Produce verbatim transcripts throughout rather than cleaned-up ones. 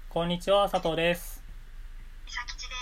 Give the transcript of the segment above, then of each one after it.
こんにちは、佐藤です。 みさきちです。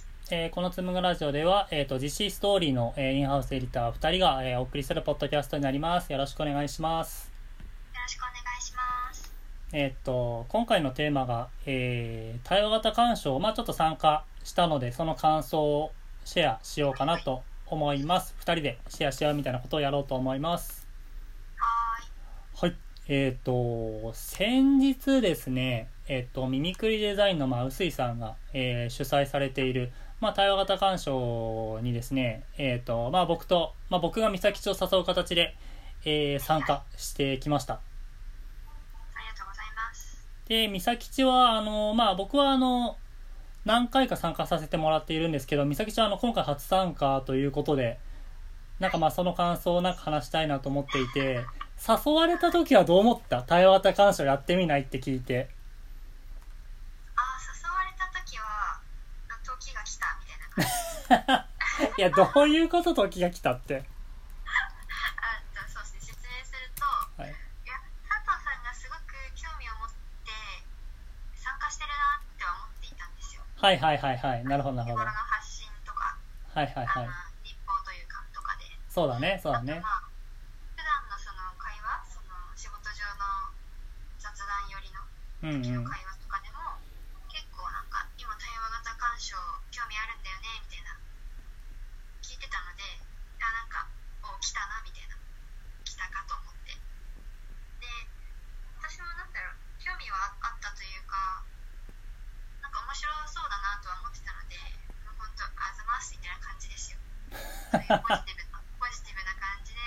えー、このつむぐラジオでは、えーと、実施ストーリーの、えーインハウスエディターふたりが、えーお送りするポッドキャストになります。よろしくお願いします。 よろしくお願いします。 えーと、今回のテーマが、えー、対話型鑑賞、まあちょっと参加したので、その感想をシェアしようかなと思います。ふたりでシェアし合うみたいなことをやろうと思います。 ははい。えーと、先日ですね、えーと、ミミクリデザインの、まあ、臼井さんが、えー主催されている、まあ、対話型鑑賞にですね、えーと、まあ、僕と、まあ、僕が美咲ちを誘う形で、えー参加してきました。 ーい。ありがとうございます。 で、美咲ちは、あの、まあ、僕は、あの、何回か参加させてもらっているんですけど、美咲ちは、あの、今回初参加ということで、なんかまあ、その感想をなんか話したいなと思っていて、誘われた時はどう思った？対話型鑑賞やってみないって聞いて。 あー、誘われた時は、あ時が来たみたいな感じ。 いや、どういうこと時が来たって。 あとそうですね、説明すると、 はい。 いや、佐藤さんがすごく興味を持って参加してるなっては思っていたんですよ。 はいはいはいはい。なるほどなるほど。 日頃の発信とか、 はいはいはい。 あの日報というかとかで。 そうだね、そうだあとね。 まあ、普段のその会話、その仕事上の雑談寄りのうん時のうん。 会話とかでも、結構なんか今対話型鑑賞興味あるんだよねみたいな聞いてたので、あ、なんかお来たなみたいな、来たかと思って、で私もなんだろう、興味はあったというか、なんか面白そうだなとは思ってたので、もう本当あざますみたいな感じですよ。そういうポジティブなポジティブな感じで、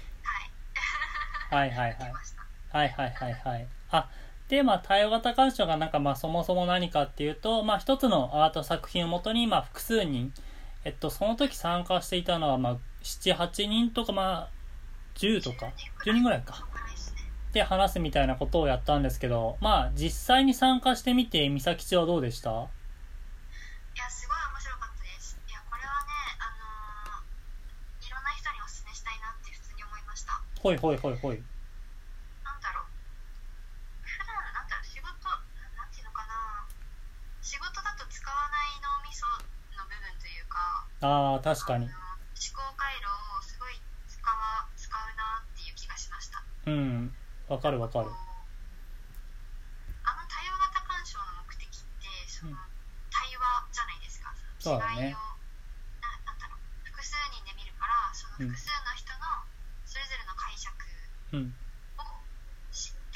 はいはいはいはい。 来ました。 はいはいはいはい。あ、で、まあ、対話型鑑賞がなんかまあ、そもそも何かっていうと、まあ、一つのアート作品をもとに、まあ、複数人、えっと、その時参加していたのは、まあ、なな、はちにんとか、まあ、じゅうとか、じゅうにんぐらいか。 これですね。 で、話すみたいなことをやったんですけど、まあ、実際に参加してみて、美咲ちはどうでした？ いや、すごい面白かったです。いや、これはね、あのーいろんな人にお勧めしたいなって普通に思いました。 ほいほいほいほい。 なんだろう、普段なんだろう、仕事、なんていうのかな、仕事だと使わない脳みその部分というか、 ああ、確かに。 あの思考回路をすごい使わ使うなっていう気がしました。 うん。わかるわかる。 こうあの対話型鑑賞の目的ってその、 うん対話じゃないですか。そそうだねの違いを、ななんだろう、複数人で見るからその複数の人のそれぞれの解釈うん。 を知って、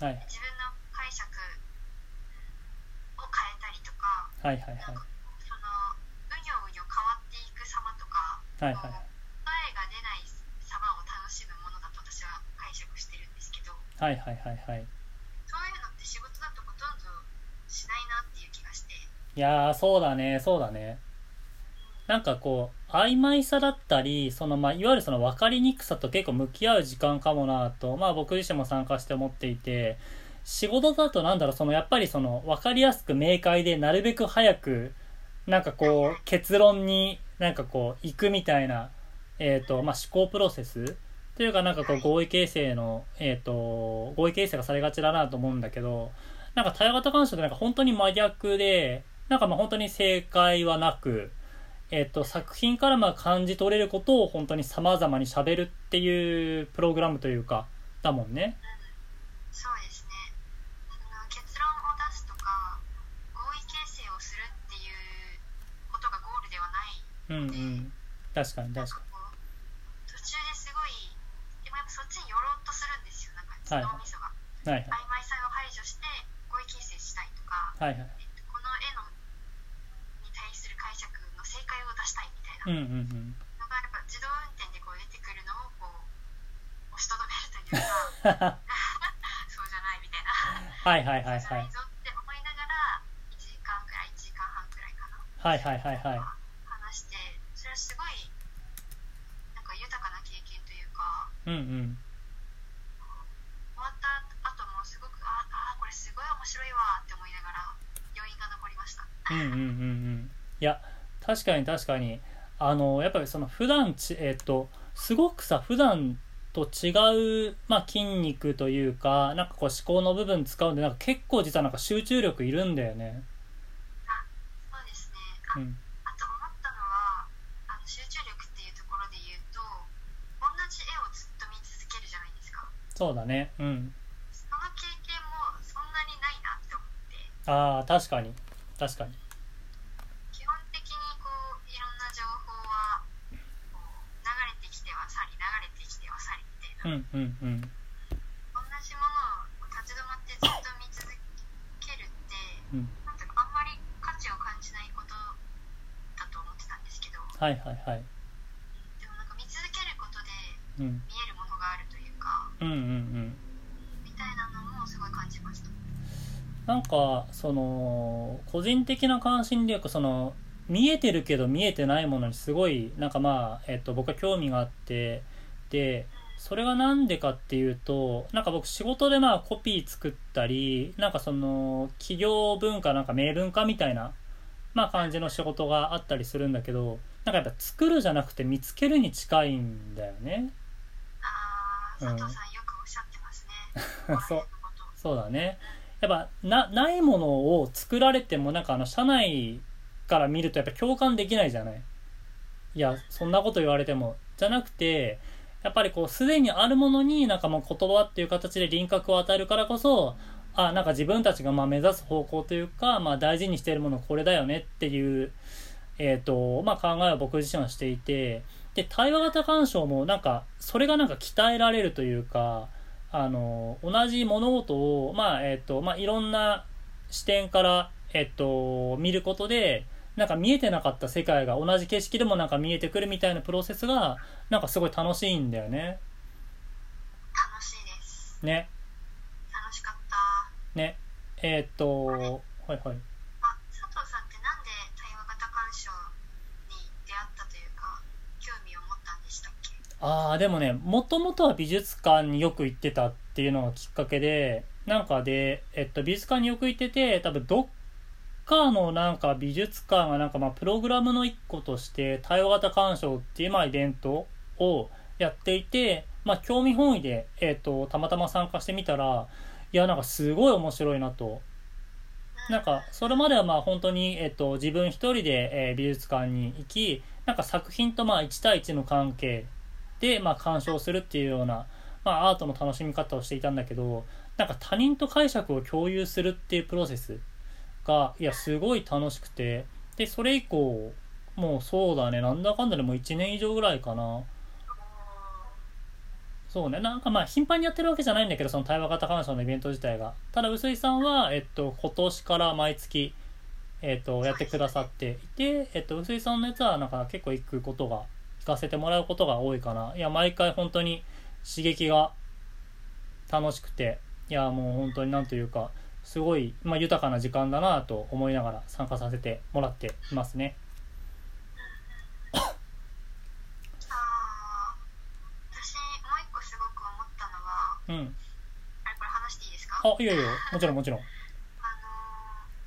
はい。 自分の解釈を変えたりとか、 はいはいはい。 なんかそのうにょうにょ変わっていく様とか、 はいはいこう答えが出ない様を楽しむものだと私は解釈してるんですけど、 はいはいはいはい。 そういうのって仕事だとほとんどしないなっていう気がして、 いやー、そうだね、そうだね。なんかこう、曖昧さだったり、そのまあ、いわゆるその分かりにくさと結構向き合う時間かもなと、まあ僕自身も参加して思っていて、仕事だとなんだろう、そのやっぱりその分かりやすく明快でなるべく早く、なんかこう、結論になんかこう、行くみたいな、えっと、まあ思考プロセスというかなんかこう合意形成の、えっと、合意形成がされがちだなと思うんだけど、なんか対話型鑑賞ってなんか本当に真逆で、なんかまあ本当に正解はなく、えっと、作品からまあ感じ取れることを本当に様々に喋るっていうプログラムというか、だもんね。 うん、そうですね。その結論を出すとか合意形成をするっていうことがゴールではないうんうん。 ので、 確かになん確かかこう途中ですごい、でもやっぱそっちに寄ろうとするんですよ。なんかはい脳みそがに。はい曖昧さを排除して合意形成したいとか、 はい。はいはい。 えっと、この絵のに対する解釈の正解を出したいみたいうんなうんのがやっぱ自動運転でこう出てくるのをこう押しとどめるというか、 うん。 そうじゃないみたいな、 はいはいはいはい。 そうじゃないぞって思いながらいちじかんくらいいちじかんはんくらいかな、 はいはいはいはい。 話して、それはすごいなんか豊かな経験というか、 うんうん。 終わった後もすごくああこれすごい面白いわって思いながら余韻が残りました。 うんうんうんうん。いや、確かに確かに。あの、やっぱりその普段ち、えっと、すごくさ、普段と違う、まあ、筋肉というか、なんかこう思考の部分使うんで、なんか結構実はなんか集中力いるんだよね。 あ、そうですね。あ、 うん。 あと思ったのは、あの集中力っていうところで言うと、同じ絵をずっと見続けるじゃないですか。 そうだね。うん。 その経験もそんなにないなって思って、 ああ、確かに。確かに。 基本的にこういろんな情報はこう流れてきては去り流れてきては去りみたいな、 うんうんうん。 同じものを立ち止まってずっと見続けるって、 うん。 なんていうかあんまり価値を感じないことだと思ってたんですけど、 はいはいはい。 でもなんか見続けることでうん。 見えるものがあるというか、 うんうんうん。 みたいなのもすごい感じました。 なんか、その、個人的な関心でいうと、その、見えてるけど見えてないものにすごい、なんかまあ、えっと、僕は興味があって、で、それがなんでかっていうと、なんか僕仕事でまあコピー作ったり、なんかその、企業文化、なんか明文化みたいな、まあ感じの仕事があったりするんだけど、なんかやっぱ作るじゃなくて見つけるに近いんだよね。 あー、 うん。 佐藤さんよくおっしゃってますね、ここらそう、 辺のこと。 そうだね。やっぱな、ないものを作られてもなんかあの社内から見るとやっぱ共感できないじゃない。いや、そんなこと言われても。じゃなくて、やっぱりこうすでにあるものになんかもう言葉っていう形で輪郭を与えるからこそ、あ、なんか自分たちがまあ目指す方向というか、まあ大事にしているものこれだよねっていう、えっと、まあ考えを僕自身はしていて、で、対話型鑑賞もなんか、それがなんか鍛えられるというか、あの、同じ物事を、まあ、えっと、まあいろんな視点から、えっと、見ることで、なんか見えてなかった世界が同じ景色でもなんか見えてくるみたいなプロセスが、なんかすごい楽しいんだよね。 楽しいです。 ね。 楽しかった。 ね。えーっと、 あれ、 はいはい。 あ、佐藤さんってなんで対話型鑑賞に出会ったというか、興味を持ったんでしたっけ？ ああ、でもね、もともとは美術館によく行ってたっていうのがきっかけで、なんかで、えっと、美術館によく行ってて、多分どっかのなんか美術館がなんかまあプログラムの一個として対話型鑑賞っていうまあイベントをやっていて、まあ興味本位で、えっと、たまたま参加してみたら、いやなんかすごい面白いなと。なんかそれまではまあ本当に、えっと、自分一人で、えー美術館に行き、なんか作品とまあいち対いちの関係でまあ鑑賞するっていうような、まあ、アートの楽しみ方をしていたんだけど、なんか他人と解釈を共有するっていうプロセスがいやすごい楽しくて、でそれ以降もうそうだね、なんだかんだでもういちねん以上ぐらいかな。そうね、なんかまあ頻繁にやってるわけじゃないんだけど、その対話型鑑賞のイベント自体が。ただ臼井さんは、えっと、今年から毎月、えっと、やってくださっていて、えっと、臼井さんのやつはなんか結構行くことが、聞かせてもらうことが多いかな。いや、毎回本当に刺激が楽しくて、いや、もう本当になんというか、すごい、まあ、豊かな時間だなと思いながら参加させてもらっていますね。 あー、私もう一個すごく思ったのは、 うん。 あれこれ話していいですか？ あ、いいよいいよ。もちろんもちろん。 あのー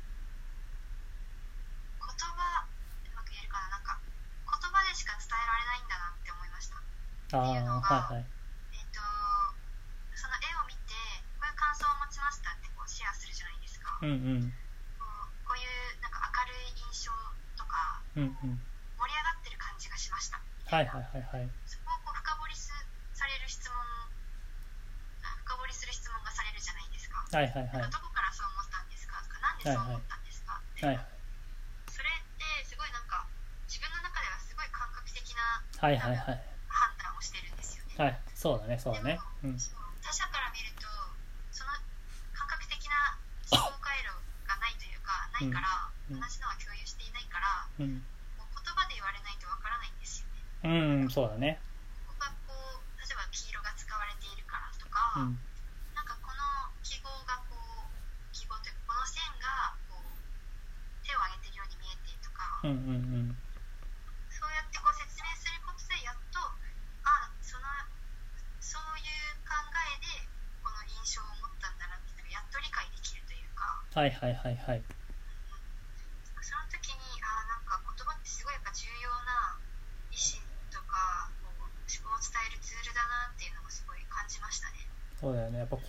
言葉、うまく言えるかな、なんか言葉でしか伝えられないんだなって思いました。っていうのああ、はいが、 はい。 えっと、その絵を見て、こういう感想を持ちましたってこうシェアするじゃないですか。 うんうん。 こう、こういうなんか明るい印象とか、 うんうん。 盛り上がってる感じがしましたみたはいいな、 はいはいはい。 そこをこう深掘りすされる質問、深掘りする質問がされるじゃないですか。 はいはいはい。 なんかどこからそう思ったんですかとか、なんではいはい。 そう思ったんですかみたいな。 はいそれってすごいなんか自分の中ではすごい感覚的なはい多分はいはい。 判断をしてるんですよね。 はい。そうだね、そうだでもね。うん。 そう他者から見るとその感覚的な思考回路がないというかなうん。 いから、 うん。 同じのは共有していないから、 うん。 もう言葉で言われないとわからないんですよね。 うん、そうだね。 ここがこう例えば黄色が使われているからとか、 うん。 なんかこの記号がこう記号というかこの線がこう手を挙げてるように見えてとか、 うんうんそうやってこう説明することでやっとあそのそういう考えでこの印象を持ったんだなっていうのがやっと理解できるというか、 うん。はいはいはいはい。 その時にあなんか言葉ってすごいやっぱ重要な意思とかこう思考を伝えるツールだなっていう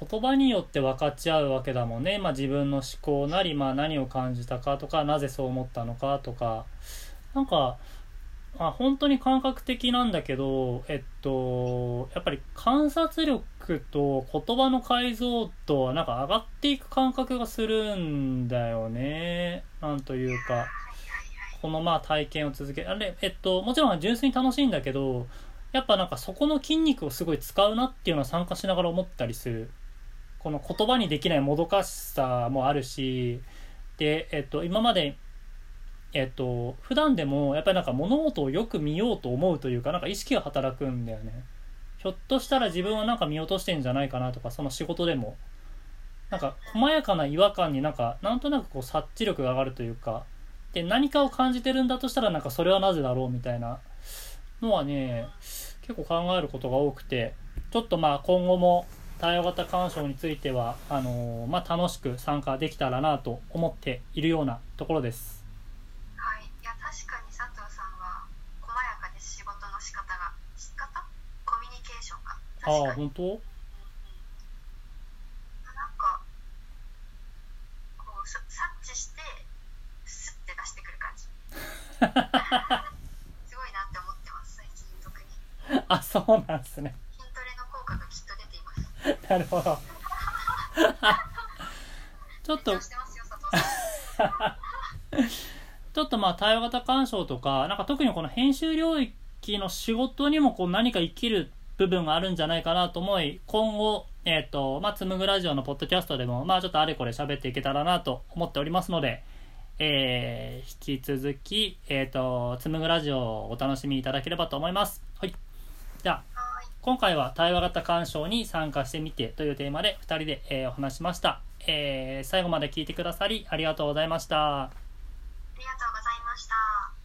言葉によって分かち合うわけだもんね。まあ自分の思考なり、まあ何を感じたかとか、なぜそう思ったのかとか、なんか、まあ、本当に感覚的なんだけど、えっと、やっぱり観察力と言葉の解像度はなんか上がっていく感覚がするんだよね。なんというか、このまあ体験を続け、あれ、えっと、もちろん純粋に楽しいんだけど、やっぱなんかそこの筋肉をすごい使うなっていうのは参加しながら思ったりする。この言葉にできないもどかしさもあるし、で、えっと、今まで、えっと、普段でもやっぱりなんか物事をよく見ようと思うというか、なんか意識が働くんだよね。ひょっとしたら自分はなんか見落としてんじゃないかなとか、その仕事でもなんか細やかな違和感になんかなんとなくこう察知力が上がるというか、で何かを感じてるんだとしたらなんかそれはなぜだろうみたいなのはね、結構考えることが多くて、ちょっとまあ今後も対話型鑑賞についてはあのー、まあ楽しく参加できたらなと思っているようなところです。 はい、いや確かに佐藤さんは細やかです。仕事の仕方が仕方コミュニケーションが確かに。 ああ本当？ なんかこう察知してスッて出してくる感じ。すごいなって思ってます最近特に。 あ、そうなんですね。 筋トレの効果がきっと出ています。 なるほど。ちょっとしてますよ佐藤さん。 ちょっとまあ対話型鑑賞とか、なんか特にこの編集領域の仕事にもこう何か生きる部分があるんじゃないかなと思い、今後、えっと、まあ、つむぐラジオのポッドキャストでも、まあちょっとあれこれ喋っていけたらなと思っておりますので、えー、引き続き、えっと、つむぐラジオをお楽しみいただければと思います。はい。じゃあ、今回は対話型鑑賞に参加してみてというテーマでふたりで、えー、お話しました。えー、最後まで聞いてくださりありがとうございました。 ありがとうございました。